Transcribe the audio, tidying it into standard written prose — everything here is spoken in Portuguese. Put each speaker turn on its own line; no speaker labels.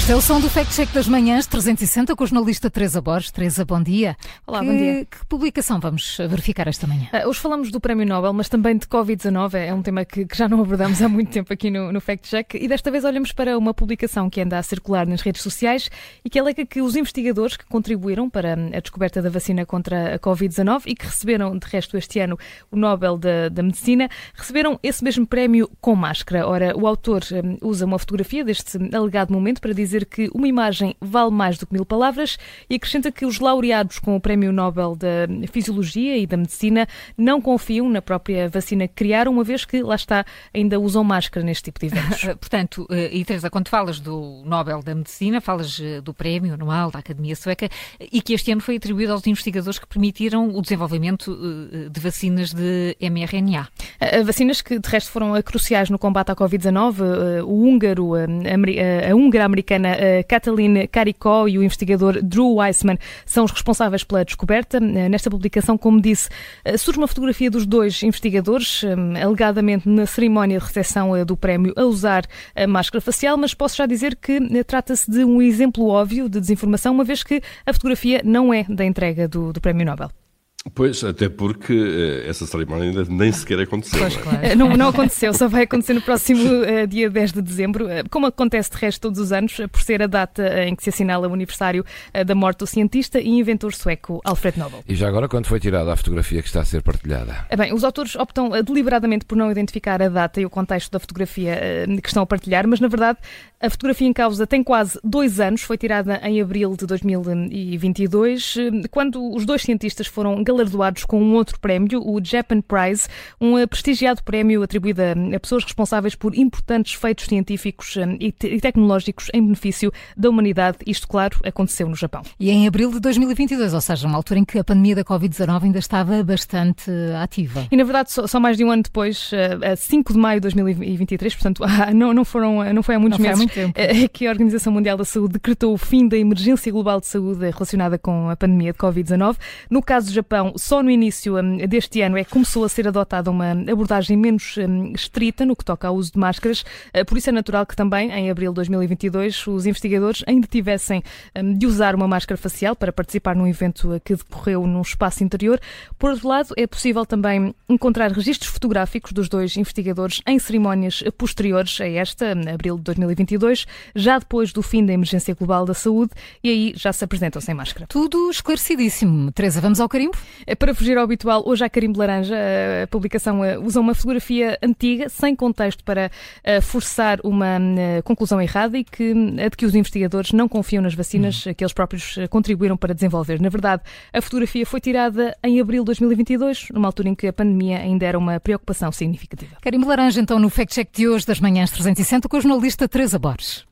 Este é o som do Fact Check das Manhãs 360 com o jornalista Teresa Borges. Teresa, bom dia.
Olá, bom dia.
Que publicação vamos verificar esta manhã?
Hoje falamos do Prémio Nobel, mas também de Covid-19. É um tema que já não abordamos há muito tempo aqui no Fact Check. E desta vez olhamos para uma publicação que anda a circular nas redes sociais e que alega que os investigadores que contribuíram para a descoberta da vacina contra a Covid-19 e que receberam, de resto, este ano o Nobel da Medicina, receberam esse mesmo prémio com máscara. Ora, o autor usa uma fotografia deste alegado momento para dizer que uma imagem vale mais do que 1000 palavras e acrescenta que os laureados com o Prémio Nobel da Fisiologia e da Medicina não confiam na própria vacina que criaram, uma vez que, lá está, ainda usam máscara neste tipo de eventos.
Portanto, e Teresa, quando falas do Nobel da Medicina, falas do prémio anual da Academia Sueca e que este ano foi atribuído aos investigadores que permitiram o desenvolvimento de vacinas de mRNA.
Vacinas que, de resto, foram cruciais no combate à Covid-19. O húngaro, a húngara-americana Katalin Karikó e o investigador Drew Weissman são os responsáveis pela descoberta. Nesta publicação, como disse, surge uma fotografia dos dois investigadores, alegadamente na cerimónia de recepção do prémio, a usar a máscara facial, mas posso já dizer que trata-se de um exemplo óbvio de desinformação, uma vez que a fotografia não é da entrega do Prémio Nobel.
Pois, até porque essa cerimónia ainda nem sequer aconteceu.
Pois, claro.
Não aconteceu, só vai acontecer no próximo dia 10 de dezembro, como acontece de resto todos os anos, por ser a data em que se assinala o aniversário da morte do cientista e inventor sueco Alfred Nobel.
E já agora, quando foi tirada a fotografia que está a ser partilhada?
Bem, os autores optam deliberadamente por não identificar a data e o contexto da fotografia que estão a partilhar, mas na verdade a fotografia em causa tem quase 2 anos, foi tirada em abril de 2022, quando os dois cientistas foram galardoados com um outro prémio, o Japan Prize, um prestigiado prémio atribuído a pessoas responsáveis por importantes feitos científicos e tecnológicos em benefício da humanidade. Isto, claro, aconteceu no Japão.
E em abril de 2022, ou seja, uma altura em que a pandemia da Covid-19 ainda estava bastante ativa.
E, na verdade, só mais de um ano depois, a 5 de maio de 2023, portanto, não foi há muitos meses, que a Organização Mundial da Saúde decretou o fim da emergência global de saúde relacionada com a pandemia de Covid-19. No caso do Japão, só no início deste ano é que começou a ser adotada uma abordagem menos estrita no que toca ao uso de máscaras. Por isso é natural que também, em abril de 2022, os investigadores ainda tivessem de usar uma máscara facial para participar num evento que decorreu num espaço interior. Por outro lado, é possível também encontrar registros fotográficos dos dois investigadores em cerimónias posteriores a esta, abril de 2022, já depois do fim da emergência global da saúde, e aí já se apresentam sem máscara.
Tudo esclarecidíssimo. Teresa, vamos ao carimbo?
Para fugir ao habitual, hoje há carimbo laranja. A publicação usa uma fotografia antiga, sem contexto, para forçar uma conclusão errada e a de que os investigadores não confiam nas vacinas que eles próprios contribuíram para desenvolver. Na verdade, a fotografia foi tirada em abril de 2022, numa altura em que a pandemia ainda era uma preocupação significativa.
Carimbo laranja, então, no Fact Check de hoje das Manhãs 360 com a jornalista Teresa Borges.